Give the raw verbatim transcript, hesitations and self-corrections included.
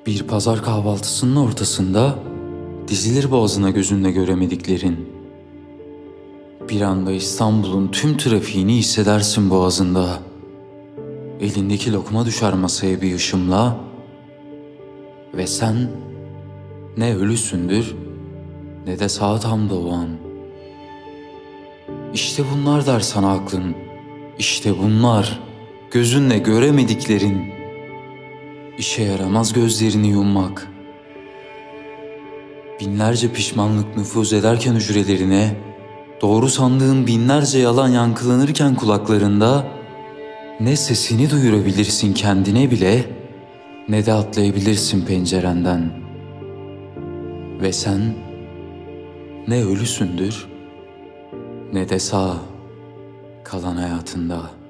Bir pazar kahvaltısının ortasında dizilir boğazına gözünle göremediklerin. Bir anda İstanbul'un tüm trafiğini hissedersin boğazında. Elindeki lokma düşer masaya bir ışımla ve sen ne ölüsündür ne de sağ tam da o an. İşte bunlar der sana aklın, işte bunlar gözünle göremediklerin. İşe yaramaz gözlerini yummak. Binlerce pişmanlık nüfuz ederken hücrelerine, doğru sandığın binlerce yalan yankılanırken kulaklarında, ne sesini duyurabilirsin kendine bile, ne de atlayabilirsin pencerenden. Ve sen ne ölüsündür, ne de sağ kalan hayatında.